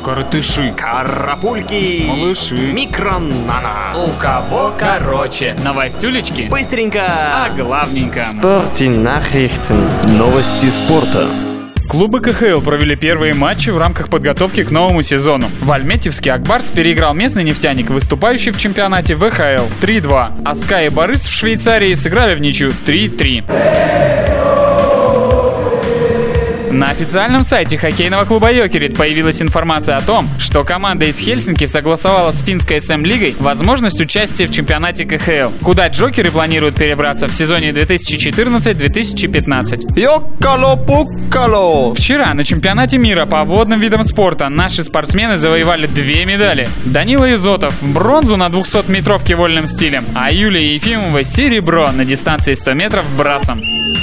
коротыши, карапульки, малыши, микронано. У кого короче. Новостюлечки. Быстренько, А главненько. Спортнахрихтен. Новости спорта. Клубы КХЛ провели первые матчи в рамках подготовки к новому сезону. В Альметьевске Акбарс переиграл местный нефтяник, выступающий в чемпионате ВХЛ 3-2. А СКА и Борис в Швейцарии сыграли в ничью 3-3. На официальном сайте хоккейного клуба Йокерит появилась информация о том, что команда из Хельсинки согласовала с финской СМ-лигой возможность участия в чемпионате КХЛ, куда Джокеры планируют перебраться в сезоне 2014-2015. Йоккало-пуккало! Вчера на чемпионате мира по водным видам спорта наши спортсмены завоевали 2 медали. Данила Изотов – бронзу на 200-метровке вольным стилем, а Юлия Ефимова – серебро на дистанции 100 метров брасом.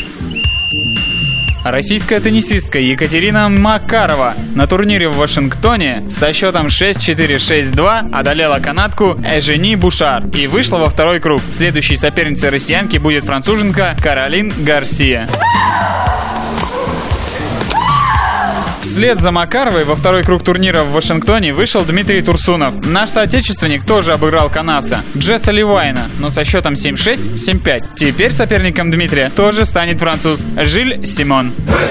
Российская теннисистка Екатерина Макарова на турнире в Вашингтоне со счетом 6-4-6-2 одолела канадку Эжени Бушар и вышла во второй круг. Следующей соперницей россиянки будет француженка Каролин Гарсия. Вслед за Макаровой во второй круг турнира в Вашингтоне вышел Дмитрий Турсунов. Наш соотечественник тоже обыграл канадца Джесса Ливайна, но со счетом 7-6, 7-5. Теперь соперником Дмитрия тоже станет француз Жиль Симон.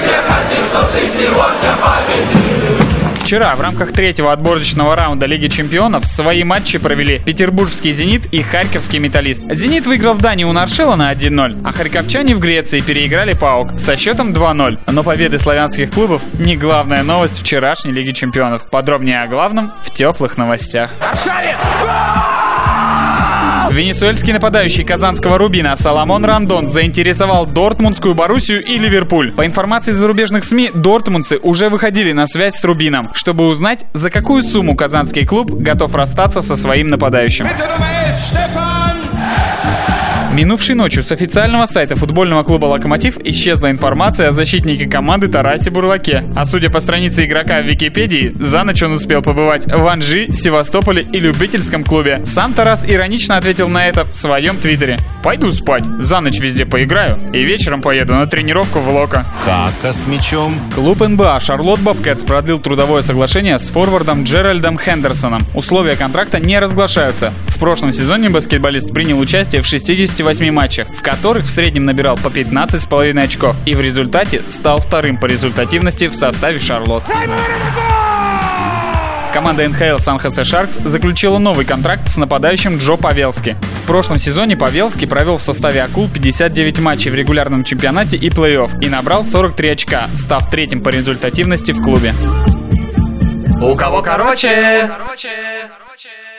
Вчера в рамках третьего отборочного раунда Лиги чемпионов свои матчи провели петербургский «Зенит» и харьковский «Металлист». «Зенит» выиграл в Дании у Наршела на 1-0, а харьковчане в Греции переиграли ПАОК со счетом 2-0. Но победы славянских клубов не главная новость вчерашней Лиги чемпионов. Подробнее о главном в теплых новостях. Венесуэльский нападающий казанского «Рубина» Соломон Рандон заинтересовал Дортмундскую Боруссию и Ливерпуль. По информации зарубежных СМИ, дортмундцы уже выходили на связь с «Рубином», чтобы узнать, за какую сумму казанский клуб готов расстаться со своим нападающим. Минувшей ночью с официального сайта футбольного клуба «Локомотив» исчезла информация о защитнике команды Тарасе Бурлаке. А судя по странице игрока в Википедии, за ночь он успел побывать в Анжи, Севастополе и любительском клубе. Сам Тарас иронично ответил на это в своем твиттере: «Пойду спать, за ночь везде поиграю и вечером поеду на тренировку в Локо». Кака с мячом. Клуб НБА Шарлотт Бобкэтс продлил трудовое соглашение с форвардом Джеральдом Хендерсоном. Условия контракта не разглашаются. В прошлом сезоне баскетболист принял участие в 68 матчах, в которых в среднем набирал по 15,5 очков и в результате стал вторым по результативности в составе Шарлотт. Команда НХЛ Сан-Хосе Шаркс заключила новый контракт с нападающим Джо Павелски. В прошлом сезоне Павелски провел в составе «Акул» 59 матчей в регулярном чемпионате и плей-офф и набрал 43 очка, став третьим по результативности в клубе. У кого короче?